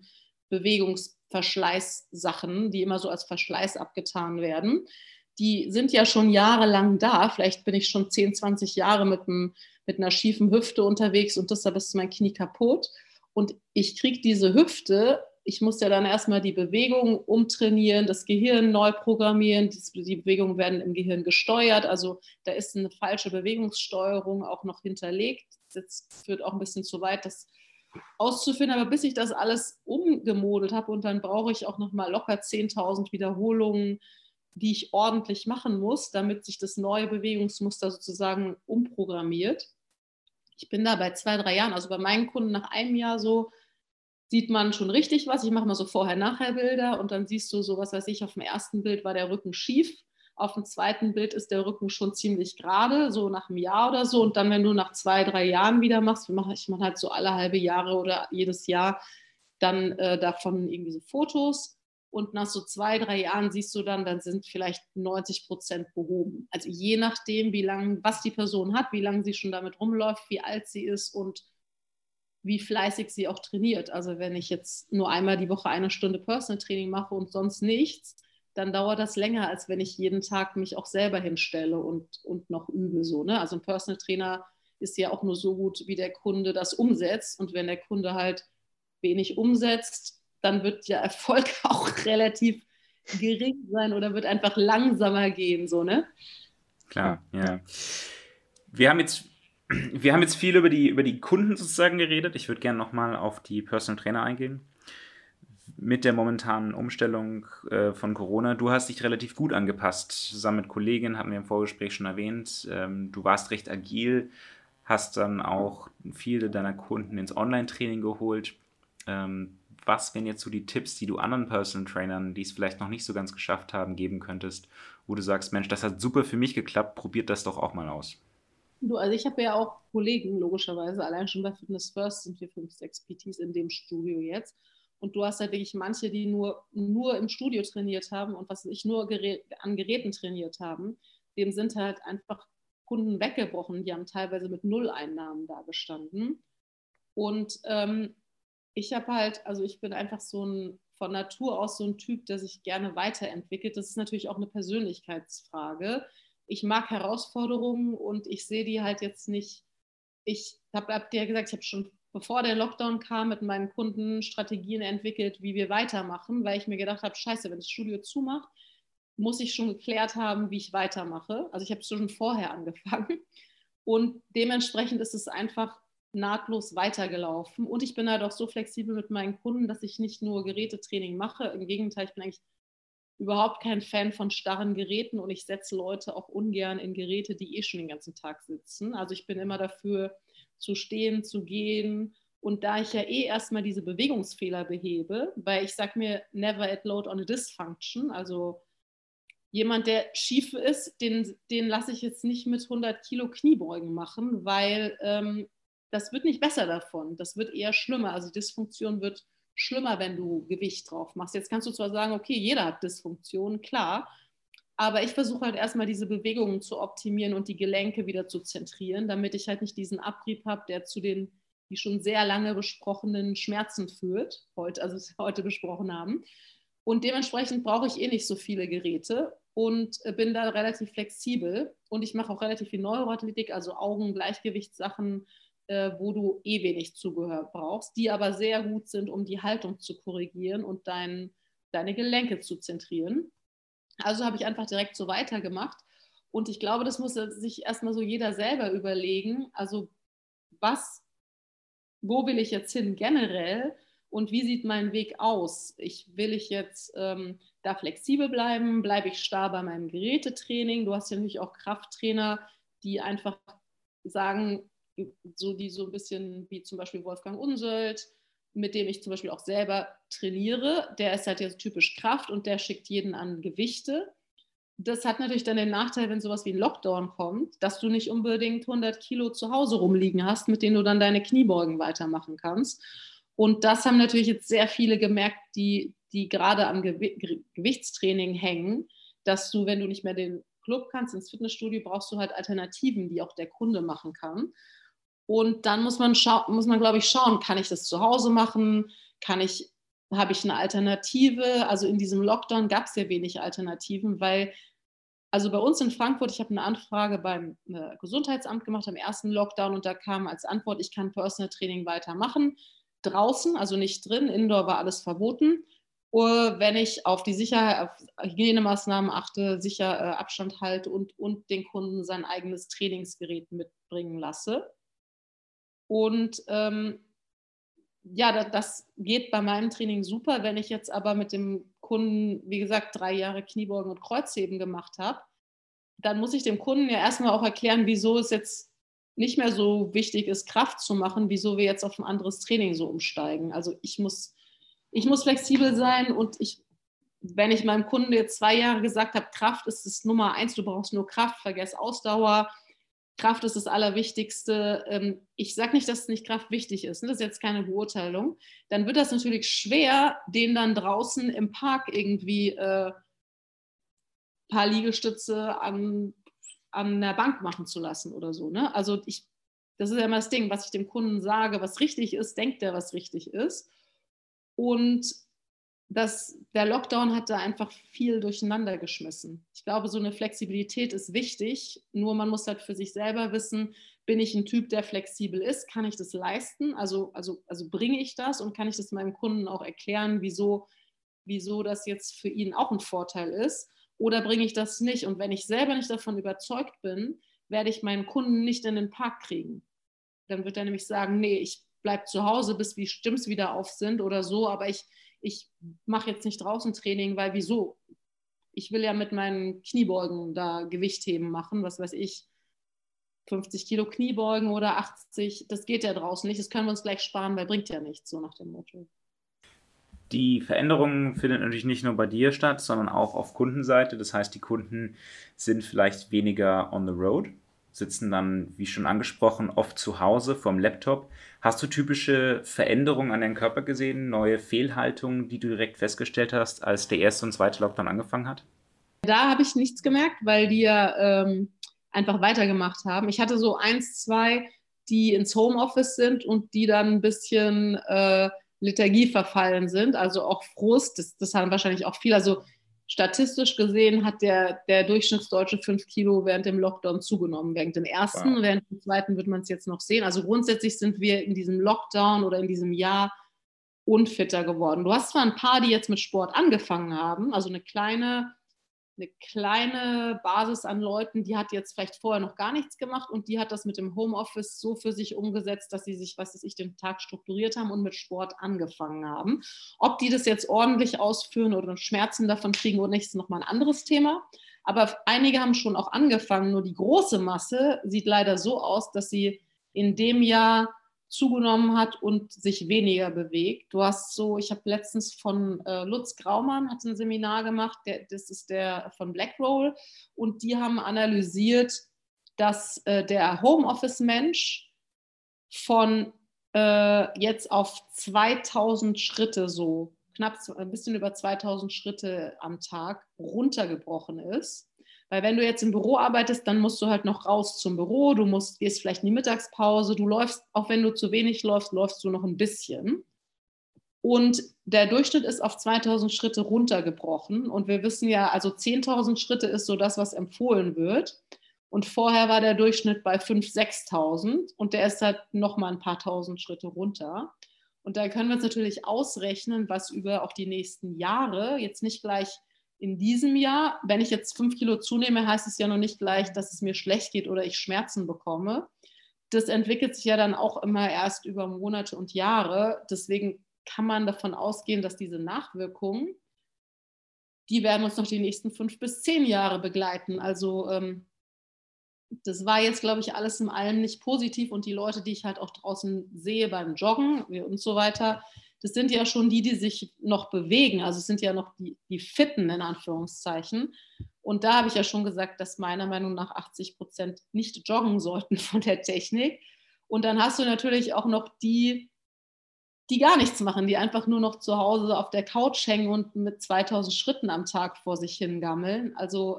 Bewegungsverschleißsachen, die immer so als Verschleiß abgetan werden. Die sind ja schon jahrelang da. Vielleicht bin ich schon 10, 20 Jahre mit einer schiefen Hüfte unterwegs und deshalb ist mein Knie kaputt. Und ich kriege diese Hüfte, ich muss ja dann erstmal die Bewegung umtrainieren, das Gehirn neu programmieren, die Bewegungen werden im Gehirn gesteuert, also da ist eine falsche Bewegungssteuerung auch noch hinterlegt. Das führt auch ein bisschen zu weit, das auszufinden, aber bis ich das alles umgemodelt habe und dann brauche ich auch nochmal locker 10.000 Wiederholungen, die ich ordentlich machen muss, damit sich das neue Bewegungsmuster sozusagen umprogrammiert. Ich bin da bei 2, 3 Jahren, also bei meinen Kunden nach einem Jahr so, sieht man schon richtig was. Ich mache mal so Vorher-Nachher-Bilder und dann siehst du so, was weiß ich, auf dem ersten Bild war der Rücken schief, auf dem zweiten Bild ist der Rücken schon ziemlich gerade, so nach einem Jahr oder so. Und dann, wenn du nach 2, 3 Jahren wieder machst, ich mache halt so alle halbe Jahre oder jedes Jahr dann davon irgendwie so Fotos. Und nach so 2, 3 Jahren siehst du dann sind vielleicht 90% behoben. Also je nachdem, was die Person hat, wie lange sie schon damit rumläuft, wie alt sie ist und wie fleißig sie auch trainiert. Also wenn ich jetzt nur einmal die Woche 1 Stunde Personal Training mache und sonst nichts, dann dauert das länger, als wenn ich jeden Tag mich auch selber hinstelle und noch übe. So, ne? Also ein Personal Trainer ist ja auch nur so gut, wie der Kunde das umsetzt. Und wenn der Kunde halt wenig umsetzt, dann wird der Erfolg auch relativ gering sein oder wird einfach langsamer gehen. So, ne? Klar, ja. Wir haben jetzt viel über die Kunden sozusagen geredet. Ich würde gerne nochmal auf die Personal Trainer eingehen. Mit der momentanen Umstellung von Corona, du hast dich relativ gut angepasst. Zusammen mit Kolleginnen, hatten wir im Vorgespräch schon erwähnt. Du warst recht agil, hast dann auch viele deiner Kunden ins Online-Training geholt. Was wären jetzt so die Tipps, die du anderen Personal Trainern, die es vielleicht noch nicht so ganz geschafft haben, geben könntest, wo du sagst, Mensch, das hat super für mich geklappt, probiert das doch auch mal aus. Also ich habe ja auch Kollegen, logischerweise, allein schon bei Fitness First sind wir 5, 6 PTs in dem Studio jetzt. Und du hast halt wirklich manche, die nur im Studio trainiert haben und was ich nur an Geräten trainiert haben, dem sind halt einfach Kunden weggebrochen. Die haben teilweise mit Null-Einnahmen da gestanden. Und ich habe halt, also ich bin einfach von Natur aus so ein Typ, der sich gerne weiterentwickelt. Das ist natürlich auch eine Persönlichkeitsfrage. Ich mag Herausforderungen und ich sehe die halt jetzt nicht. Ich habe dir ja gesagt, ich habe schon bevor der Lockdown kam, mit meinen Kunden Strategien entwickelt, wie wir weitermachen, weil ich mir gedacht habe, scheiße, wenn das Studio zumacht, muss ich schon geklärt haben, wie ich weitermache. Also ich habe schon vorher angefangen und dementsprechend ist es einfach nahtlos weitergelaufen und ich bin halt auch so flexibel mit meinen Kunden, dass ich nicht nur Gerätetraining mache, im Gegenteil, ich bin eigentlich überhaupt kein Fan von starren Geräten und ich setze Leute auch ungern in Geräte, die schon den ganzen Tag sitzen. Also ich bin immer dafür, zu stehen, zu gehen. Und da ich ja erstmal diese Bewegungsfehler behebe, weil ich sage mir, never add load on a dysfunction, also jemand, der schief ist, den lasse ich jetzt nicht mit 100 Kilo Kniebeugen machen, weil das wird nicht besser davon. Das wird eher schlimmer. Also Dysfunktion wird schlimmer, wenn du Gewicht drauf machst. Jetzt kannst du zwar sagen, okay, jeder hat Dysfunktion, klar, aber ich versuche halt erstmal diese Bewegungen zu optimieren und die Gelenke wieder zu zentrieren, damit ich halt nicht diesen Abrieb habe, der zu den die schon sehr lange besprochenen Schmerzen führt, heute besprochen haben. Und dementsprechend brauche ich nicht so viele Geräte und bin da relativ flexibel. Und ich mache auch relativ viel Neuroathletik, also Augen-Gleichgewichtssachen, wo du wenig Zubehör brauchst, die aber sehr gut sind, um die Haltung zu korrigieren und deine Gelenke zu zentrieren. Also habe ich einfach direkt so weitergemacht. Und ich glaube, das muss sich erstmal so jeder selber überlegen. Also wo will ich jetzt hin generell und wie sieht mein Weg aus? Will ich jetzt da flexibel bleiben? Bleibe ich starr bei meinem Gerätetraining? Du hast ja natürlich auch Krafttrainer, die einfach sagen, die so ein bisschen wie zum Beispiel Wolfgang Unsöld, mit dem ich zum Beispiel auch selber trainiere. Der ist halt jetzt typisch Kraft und der schickt jeden an Gewichte. Das hat natürlich dann den Nachteil, wenn sowas wie ein Lockdown kommt, dass du nicht unbedingt 100 Kilo zu Hause rumliegen hast, mit denen du dann deine Kniebeugen weitermachen kannst. Und das haben natürlich jetzt sehr viele gemerkt, die gerade am Gewichtstraining hängen, dass du, wenn du nicht mehr den Club kannst, ins Fitnessstudio, brauchst du halt Alternativen, die auch der Kunde machen kann. Und dann muss man, glaube ich, schauen, kann ich das zu Hause machen? Habe ich eine Alternative? Also in diesem Lockdown gab es ja wenig Alternativen, weil, also bei uns in Frankfurt, ich habe eine Anfrage beim Gesundheitsamt gemacht am ersten Lockdown und da kam als Antwort, ich kann Personal Training weitermachen. Draußen, also nicht drin, Indoor war alles verboten. Wenn ich auf die Sicherheit, auf Hygienemaßnahmen achte, sicher Abstand halte und den Kunden sein eigenes Trainingsgerät mitbringen lasse. Und das geht bei meinem Training super. Wenn ich jetzt aber mit dem Kunden, wie gesagt, 3 Jahre Kniebeugen und Kreuzheben gemacht habe, dann muss ich dem Kunden ja erstmal auch erklären, wieso es jetzt nicht mehr so wichtig ist, Kraft zu machen, wieso wir jetzt auf ein anderes Training so umsteigen. Also ich muss flexibel sein und wenn ich meinem Kunden jetzt 2 Jahre gesagt habe, Kraft ist das Nummer 1, du brauchst nur Kraft, vergess Ausdauer, Kraft ist das Allerwichtigste. Ich sage nicht, dass nicht Kraft wichtig ist, ne? Das ist jetzt keine Beurteilung. Dann wird das natürlich schwer, den dann draußen im Park irgendwie ein paar Liegestütze an der Bank machen zu lassen oder so. Ne? Also das ist ja immer das Ding, was ich dem Kunden sage, was richtig ist, denkt er, was richtig ist. Und der Lockdown hat da einfach viel durcheinander geschmissen. Ich glaube, so eine Flexibilität ist wichtig, nur man muss halt für sich selber wissen, bin ich ein Typ, der flexibel ist, kann ich das leisten, also bringe ich das und kann ich das meinem Kunden auch erklären, wieso das jetzt für ihn auch ein Vorteil ist, oder bringe ich das nicht? Und wenn ich selber nicht davon überzeugt bin, werde ich meinen Kunden nicht in den Park kriegen. Dann wird er nämlich sagen, nee, ich bleibe zu Hause, bis die Stimms wieder auf sind oder so, aber ich mache jetzt nicht draußen Training, weil wieso? Ich will ja mit meinen Kniebeugen da Gewichtheben machen, was weiß ich, 50 Kilo Kniebeugen oder 80, das geht ja draußen nicht, das können wir uns gleich sparen, weil bringt ja nichts, so nach dem Motto. Die Veränderung findet natürlich nicht nur bei dir statt, sondern auch auf Kundenseite. Das heißt, die Kunden sind vielleicht weniger on the road, sitzen dann, wie schon angesprochen, oft zu Hause vorm Laptop. Hast du typische Veränderungen an deinem Körper gesehen, neue Fehlhaltungen, die du direkt festgestellt hast, als der erste und zweite Lockdown angefangen hat? Da habe ich nichts gemerkt, weil die ja einfach weitergemacht haben. Ich hatte so 1, 2, die ins Homeoffice sind und die dann ein bisschen Lethargie verfallen sind, also auch Frust, das haben wahrscheinlich auch viele, also statistisch gesehen hat der Durchschnittsdeutsche 5 Kilo während dem Lockdown zugenommen. Während dem ersten, während dem zweiten wird man es jetzt noch sehen. Also grundsätzlich sind wir in diesem Lockdown oder in diesem Jahr unfitter geworden. Du hast zwar ein paar, die jetzt mit Sport angefangen haben, also eine kleine Basis an Leuten, die hat jetzt vielleicht vorher noch gar nichts gemacht und die hat das mit dem Homeoffice so für sich umgesetzt, dass sie sich, den Tag strukturiert haben und mit Sport angefangen haben. Ob die das jetzt ordentlich ausführen oder Schmerzen davon kriegen oder nicht, ist nochmal ein anderes Thema. Aber einige haben schon auch angefangen, nur die große Masse sieht leider so aus, dass sie in dem Jahr zugenommen hat und sich weniger bewegt. Ich habe letztens von Lutz Graumann hat ein Seminar gemacht, das ist der von Blackroll, und die haben analysiert, dass der Homeoffice-Mensch von jetzt auf 2000 Schritte, so knapp ein bisschen über 2000 Schritte am Tag runtergebrochen ist. Weil wenn du jetzt im Büro arbeitest, dann musst du halt noch raus zum Büro, gehst vielleicht in die Mittagspause, du läufst, auch wenn du zu wenig läufst, läufst du noch ein bisschen. Und der Durchschnitt ist auf 2000 Schritte runtergebrochen. Und wir wissen ja, also 10.000 Schritte ist so das, was empfohlen wird. Und vorher war der Durchschnitt bei 5.000, 6.000 und der ist halt nochmal ein paar tausend Schritte runter. Und da können wir uns natürlich ausrechnen, was über auch die nächsten Jahre, jetzt nicht gleich in diesem Jahr, wenn ich jetzt 5 Kilo zunehme, heißt es ja noch nicht gleich, dass es mir schlecht geht oder ich Schmerzen bekomme. Das entwickelt sich ja dann auch immer erst über Monate und Jahre. Deswegen kann man davon ausgehen, dass diese Nachwirkungen, die werden uns noch die nächsten 5 bis 10 Jahre begleiten. Also das war jetzt, glaube ich, alles in allem nicht positiv. Und die Leute, die ich halt auch draußen sehe beim Joggen und so weiter, das sind ja schon die sich noch bewegen. Also es sind ja noch die Fitten in Anführungszeichen. Und da habe ich ja schon gesagt, dass meiner Meinung nach 80% nicht joggen sollten von der Technik. Und dann hast du natürlich auch noch die gar nichts machen, die einfach nur noch zu Hause auf der Couch hängen und mit 2000 Schritten am Tag vor sich hingammeln. Also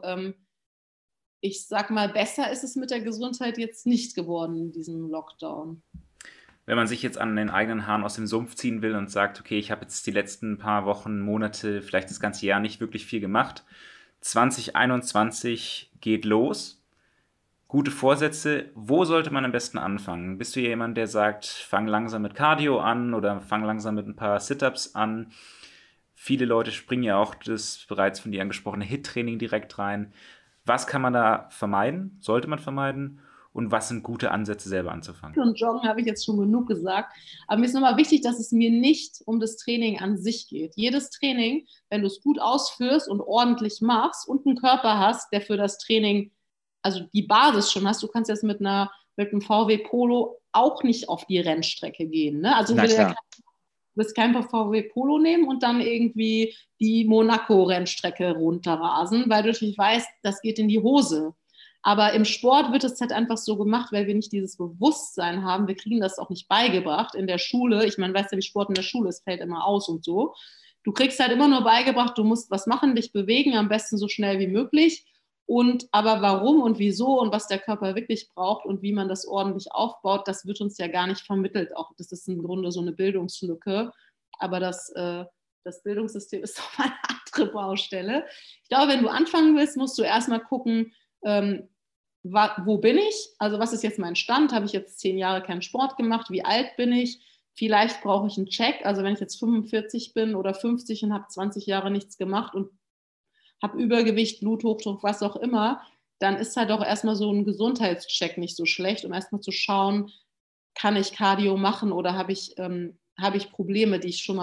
ich sag mal, besser ist es mit der Gesundheit jetzt nicht geworden in diesem Lockdown. Wenn man sich jetzt an den eigenen Haaren aus dem Sumpf ziehen will und sagt, okay, ich habe jetzt die letzten paar Wochen, Monate, vielleicht das ganze Jahr nicht wirklich viel gemacht. 2021 geht los. Gute Vorsätze. Wo sollte man am besten anfangen? Bist du jemand, der sagt, fang langsam mit Cardio an oder fang langsam mit ein paar Sit-Ups an? Viele Leute springen ja auch das bereits von dir angesprochene HIIT-Training direkt rein. Was kann man da vermeiden? Sollte man vermeiden? Und was sind gute Ansätze, selber anzufangen? Und Joggen habe ich jetzt schon genug gesagt. Aber mir ist nochmal wichtig, dass es mir nicht um das Training an sich geht. Jedes Training, wenn du es gut ausführst und ordentlich machst und einen Körper hast, der für das Training, also die Basis schon hast, du kannst jetzt mit einem VW Polo auch nicht auf die Rennstrecke gehen. Ne? Also du wirst kein VW Polo nehmen und dann irgendwie die Monaco-Rennstrecke runterrasen, weil du natürlich weißt, das geht in die Hose. Aber im Sport wird es halt einfach so gemacht, weil wir nicht dieses Bewusstsein haben. Wir kriegen das auch nicht beigebracht in der Schule. Ich meine, weißt du, wie Sport in der Schule ist, fällt immer aus und so. Du kriegst halt immer nur beigebracht, du musst was machen, dich bewegen, am besten so schnell wie möglich. Aber warum und wieso und was der Körper wirklich braucht und wie man das ordentlich aufbaut, das wird uns ja gar nicht vermittelt. Auch das ist im Grunde so eine Bildungslücke. Aber das Bildungssystem ist doch mal eine andere Baustelle. Ich glaube, wenn du anfangen willst, musst du erstmal gucken, wo bin ich? Also was ist jetzt mein Stand? Habe ich jetzt 10 Jahre keinen Sport gemacht? Wie alt bin ich? Vielleicht brauche ich einen Check. Also wenn ich jetzt 45 bin oder 50 und habe 20 Jahre nichts gemacht und habe Übergewicht, Bluthochdruck, was auch immer, dann ist halt auch erstmal so ein Gesundheitscheck nicht so schlecht, um erstmal zu schauen, kann ich Cardio machen oder habe ich Probleme, die ich schon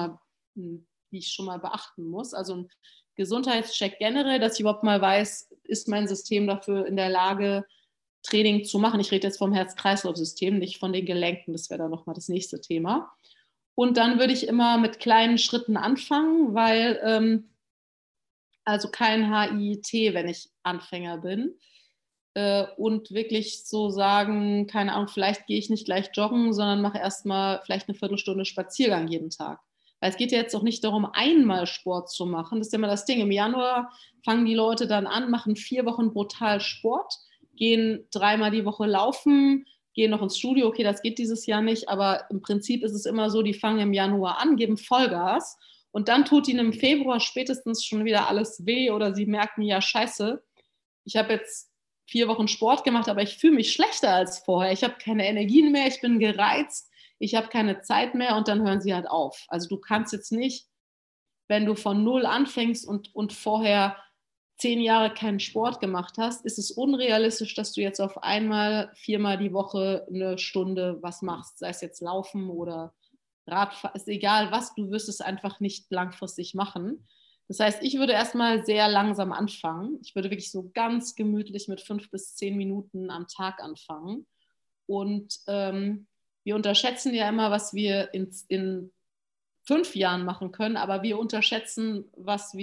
mal beachten muss. Also ein Gesundheitscheck generell, dass ich überhaupt mal weiß, ist mein System dafür in der Lage, Training zu machen. Ich rede jetzt vom Herz-Kreislauf-System, nicht von den Gelenken. Das wäre dann nochmal das nächste Thema. Und dann würde ich immer mit kleinen Schritten anfangen, weil also kein HIIT, wenn ich Anfänger bin. Und wirklich so sagen, keine Ahnung, vielleicht gehe ich nicht gleich joggen, sondern mache erstmal vielleicht eine Viertelstunde Spaziergang jeden Tag. Weil es geht ja jetzt auch nicht darum, einmal Sport zu machen. Das ist ja immer das Ding. Im Januar fangen die Leute dann an, machen 4 Wochen brutal Sport, gehen 3-mal die Woche laufen, gehen noch ins Studio. Okay, das geht dieses Jahr nicht, aber im Prinzip ist es immer so, die fangen im Januar an, geben Vollgas Und dann tut ihnen im Februar spätestens schon wieder alles weh oder sie merken, ja scheiße, ich habe jetzt 4 Wochen Sport gemacht, aber ich fühle mich schlechter als vorher. Ich habe keine Energien mehr, ich bin gereizt, ich habe keine Zeit mehr und dann hören sie halt auf. Also du kannst jetzt nicht, wenn du von null anfängst und vorher 10 Jahre keinen Sport gemacht hast, ist es unrealistisch, dass du jetzt auf einmal 4-mal die Woche eine Stunde was machst, sei es jetzt Laufen oder Radfahren, ist egal was, du wirst es einfach nicht langfristig machen. Das heißt, ich würde erstmal sehr langsam anfangen. Ich würde wirklich so ganz gemütlich mit 5 bis 10 Minuten am Tag anfangen. Und wir unterschätzen ja immer, was wir in 5 Jahren machen können, aber wir überschätzen, was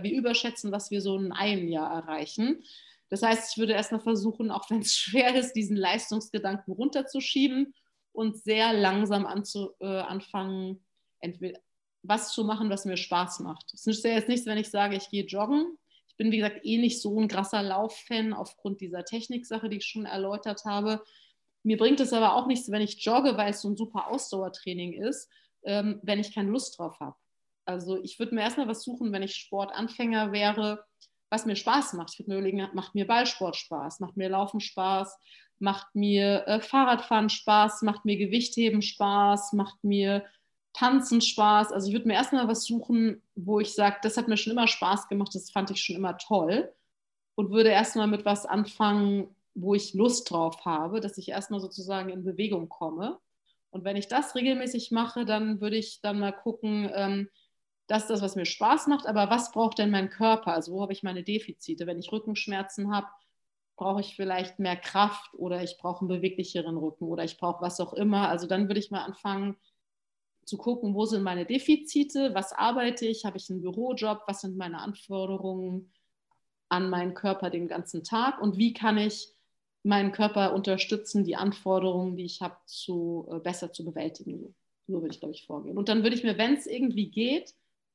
wir so in einem Jahr erreichen. Das heißt, ich würde erstmal versuchen, auch wenn es schwer ist, diesen Leistungsgedanken runterzuschieben und sehr langsam anfangen, entweder was zu machen, was mir Spaß macht. Es ist ja jetzt nichts, wenn ich sage, ich gehe joggen. Ich bin, wie gesagt, eh nicht so ein krasser Lauffan aufgrund dieser Techniksache, die ich schon erläutert habe. Mir bringt es aber auch nichts, wenn ich jogge, weil es so ein super Ausdauertraining ist, wenn ich keine Lust drauf habe. Also ich würde mir erstmal was suchen, wenn ich Sportanfänger wäre, was mir Spaß macht. Ich würde mir überlegen, macht mir Ballsport Spaß, macht mir Laufen Spaß, macht mir Fahrradfahren Spaß, macht mir Gewichtheben Spaß, macht mir Tanzen Spaß. Also ich würde mir erstmal was suchen, wo ich sage, das hat mir schon immer Spaß gemacht, das fand ich schon immer toll und würde erstmal mit was anfangen, wo ich Lust drauf habe, dass ich erstmal sozusagen in Bewegung komme. Und wenn ich das regelmäßig mache, dann würde ich dann mal gucken, das ist das, was mir Spaß macht, aber was braucht denn mein Körper? Also wo habe ich meine Defizite? Wenn ich Rückenschmerzen habe, brauche ich vielleicht mehr Kraft oder ich brauche einen beweglicheren Rücken oder ich brauche was auch immer. Also dann würde ich mal anfangen zu gucken, wo sind meine Defizite, was arbeite ich, habe ich einen Bürojob, was sind meine Anforderungen an meinen Körper den ganzen Tag und wie kann ich meinen Körper unterstützen, die Anforderungen, die ich habe, besser zu bewältigen. So würde ich, glaube ich, vorgehen. Und dann würde ich mir, wenn es irgendwie geht,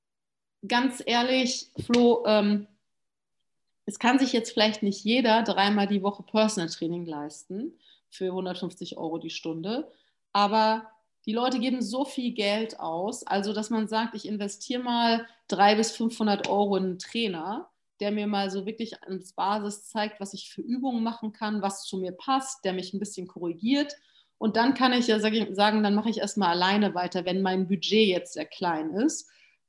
ganz ehrlich, Flo, es kann sich jetzt vielleicht nicht jeder 3-mal die Woche Personal Training leisten für 150 € die Stunde, aber die Leute geben so viel Geld aus, also dass man sagt, ich investiere mal 300 bis 500 € in einen Trainer, der mir mal so wirklich als Basis zeigt, was ich für Übungen machen kann, was zu mir passt, der mich ein bisschen korrigiert. Und dann kann ich ja sagen, dann mache ich erstmal alleine weiter, wenn mein Budget jetzt sehr klein ist.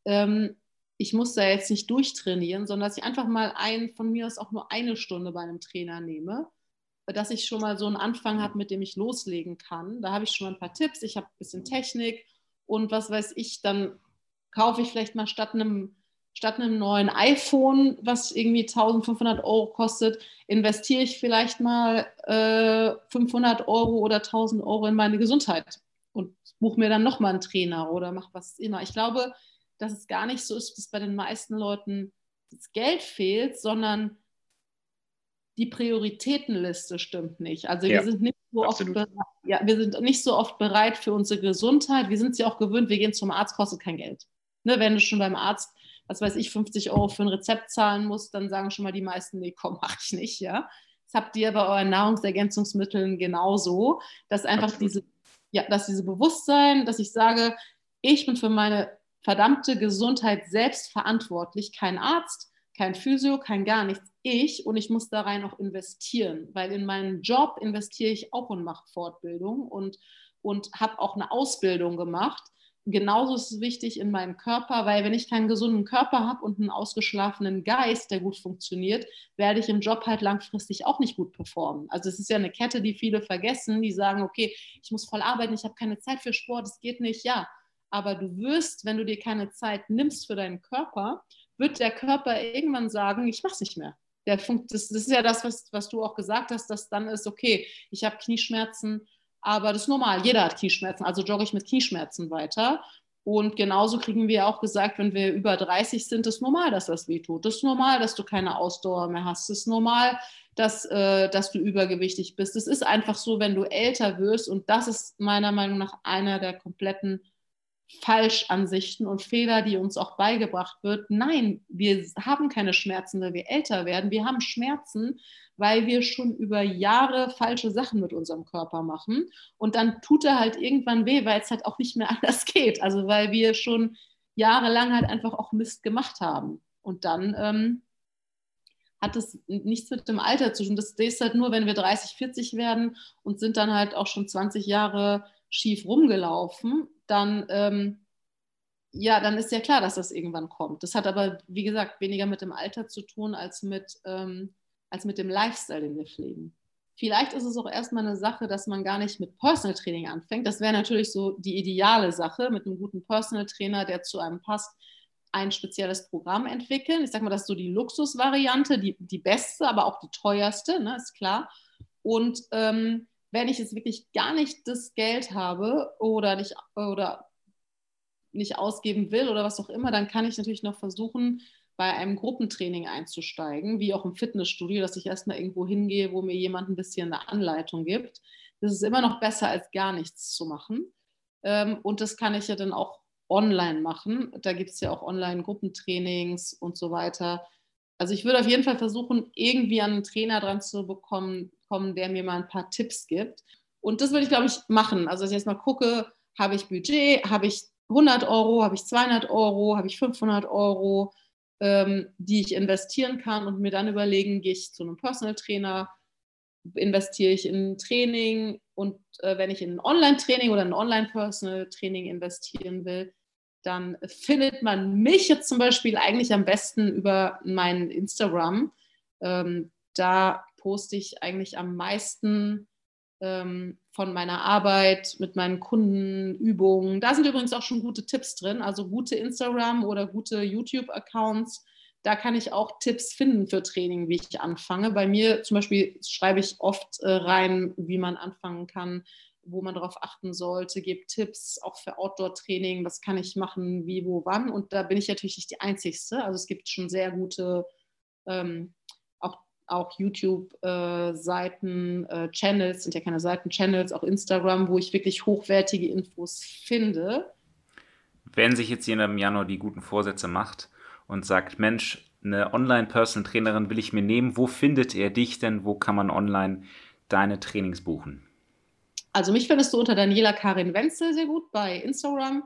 Ich muss da jetzt nicht durchtrainieren, sondern dass ich einfach mal von mir aus auch nur 1 Stunde bei einem Trainer nehme, dass ich schon mal so einen Anfang habe, mit dem ich loslegen kann. Da habe ich schon mal ein paar Tipps, ich habe ein bisschen Technik und was weiß ich, dann kaufe ich vielleicht mal statt einem neuen iPhone, was irgendwie 1.500 € kostet, investiere ich vielleicht mal 500 € oder 1.000 € in meine Gesundheit und buche mir dann nochmal einen Trainer oder mache was immer. Ich glaube, dass es gar nicht so ist, dass bei den meisten Leuten das Geld fehlt, sondern die Prioritätenliste stimmt nicht. Also wir sind nicht so oft bereit, wir sind nicht so oft bereit für unsere Gesundheit. Wir sind es ja auch gewöhnt, wir gehen zum Arzt, kostet kein Geld. Ne, wenn du schon beim Arzt, was weiß ich, 50 € für ein Rezept zahlen musst, dann sagen schon mal die meisten, nee, komm, mach ich nicht, ja. Das habt ihr bei euren Nahrungsergänzungsmitteln genauso, dass einfach diese Bewusstsein, dass ich sage, ich bin für meine verdammte Gesundheit selbst verantwortlich, kein Arzt, kein Physio, kein gar nichts. Und ich muss da rein auch investieren, weil in meinen Job investiere ich auch und mache Fortbildung und habe auch eine Ausbildung gemacht. Genauso ist es wichtig in meinem Körper, weil wenn ich keinen gesunden Körper habe und einen ausgeschlafenen Geist, der gut funktioniert, werde ich im Job halt langfristig auch nicht gut performen. Also es ist ja eine Kette, die viele vergessen, die sagen, okay, ich muss voll arbeiten, ich habe keine Zeit für Sport, es geht nicht, ja. Aber du wirst, wenn du dir keine Zeit nimmst für deinen Körper, wird der Körper irgendwann sagen, ich mache es nicht mehr. Das ist ja das, was du auch gesagt hast, dass dann ist, okay, ich habe Knieschmerzen, aber das ist normal, jeder hat Knieschmerzen, also jogge ich mit Knieschmerzen weiter. Und genauso kriegen wir auch gesagt, wenn wir über 30 sind, ist normal, dass das wehtut. Das ist normal, dass du keine Ausdauer mehr hast. Das ist normal, dass du übergewichtig bist. Es ist einfach so, wenn du älter wirst, und das ist meiner Meinung nach einer der kompletten Falschansichten und Fehler, die uns auch beigebracht wird. Nein, wir haben keine Schmerzen, weil wir älter werden. Wir haben Schmerzen, weil wir schon über Jahre falsche Sachen mit unserem Körper machen. Und dann tut er halt irgendwann weh, weil es halt auch nicht mehr anders geht. Also weil wir schon jahrelang halt einfach auch Mist gemacht haben. Und dann hat das nichts mit dem Alter zu tun. Das ist halt nur, wenn wir 30, 40 werden und sind dann halt auch schon 20 Jahre schief rumgelaufen, dann ist ja klar, dass das irgendwann kommt. Das hat aber, wie gesagt, weniger mit dem Alter zu tun, als mit dem Lifestyle, den wir pflegen. Vielleicht ist es auch erstmal eine Sache, dass man gar nicht mit Personal Training anfängt. Das wäre natürlich so die ideale Sache, mit einem guten Personal Trainer, der zu einem passt, ein spezielles Programm entwickeln. Ich sage mal, das ist so die Luxusvariante, die beste, aber auch die teuerste, ne, ist klar. Und wenn ich jetzt wirklich gar nicht das Geld habe oder nicht ausgeben will oder was auch immer, dann kann ich natürlich noch versuchen, bei einem Gruppentraining einzusteigen, wie auch im Fitnessstudio, dass ich erstmal irgendwo hingehe, wo mir jemand ein bisschen eine Anleitung gibt. Das ist immer noch besser, als gar nichts zu machen. Und das kann ich ja dann auch online machen. Da gibt es ja auch Online-Gruppentrainings und so weiter. Also ich würde auf jeden Fall versuchen, irgendwie an einen Trainer dran zu kommen, der mir mal ein paar Tipps gibt. Und das würde ich, glaube ich, machen. Also dass ich jetzt mal gucke, habe ich Budget, habe ich 100 Euro, habe ich 200 Euro, habe ich 500 Euro, die ich investieren kann und mir dann überlegen, gehe ich zu einem Personal Trainer, investiere ich in ein Training und wenn ich in ein Online-Training oder ein Online-Personal-Training investieren will, dann findet man mich jetzt zum Beispiel eigentlich am besten über meinen Instagram. Da poste ich eigentlich am meisten von meiner Arbeit mit meinen Kunden, Übungen. Da sind übrigens auch schon gute Tipps drin, also gute Instagram- oder gute YouTube-Accounts. Da kann ich auch Tipps finden für Training, wie ich anfange. Bei mir zum Beispiel schreibe ich oft rein, wie man anfangen kann, wo man darauf achten sollte, gebe Tipps auch für Outdoor-Training, was kann ich machen, wie, wo, wann. Und da bin ich natürlich nicht die Einzigste. Also es gibt schon sehr gute auch YouTube-Seiten, Channels, sind ja keine Seiten, Channels, auch Instagram, wo ich wirklich hochwertige Infos finde. Wenn sich jetzt jemand im Januar die guten Vorsätze macht und sagt, Mensch, eine Online-Personal-Trainerin will ich mir nehmen, wo findet er dich denn? Wo kann man online deine Trainings buchen? Also mich findest du unter Daniela Karin Wenzel sehr gut bei Instagram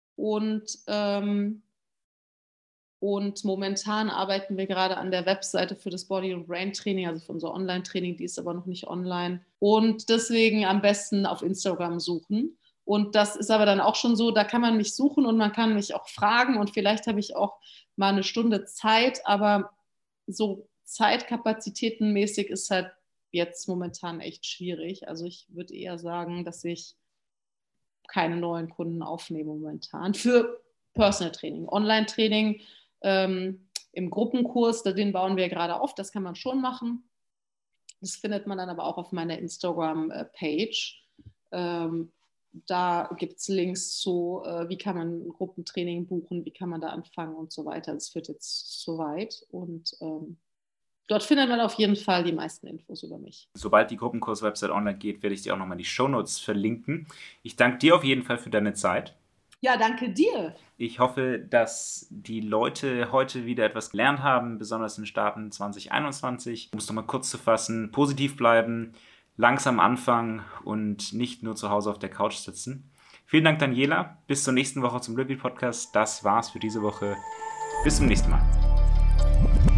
und momentan arbeiten wir gerade an der Webseite für das Body- und Brain-Training, also für unser Online-Training, die ist aber noch nicht online. Und deswegen am besten auf Instagram suchen. Und das ist aber dann auch schon so, da kann man mich suchen und man kann mich auch fragen und vielleicht habe ich auch mal eine Stunde Zeit, aber so zeitkapazitätenmäßig ist halt jetzt momentan echt schwierig. Also ich würde eher sagen, dass ich keine neuen Kunden aufnehme momentan für Personal Training. Online-Training im Gruppenkurs, den bauen wir gerade auf, das kann man schon machen. Das findet man dann aber auch auf meiner Instagram-Page. Da gibt es Links zu, wie kann man ein Gruppentraining buchen, wie kann man da anfangen und so weiter. Das führt jetzt zu weit und dort findet man auf jeden Fall die meisten Infos über mich. Sobald die Gruppenkurs-Website online geht, werde ich dir auch nochmal die Shownotes verlinken. Ich danke dir auf jeden Fall für deine Zeit. Ja, danke dir. Ich hoffe, dass die Leute heute wieder etwas gelernt haben, besonders in Starten 2021. Um es nochmal kurz zu fassen, positiv bleiben, langsam anfangen und nicht nur zu Hause auf der Couch sitzen. Vielen Dank, Daniela. Bis zur nächsten Woche zum Löwy Podcast. Das war's für diese Woche. Bis zum nächsten Mal.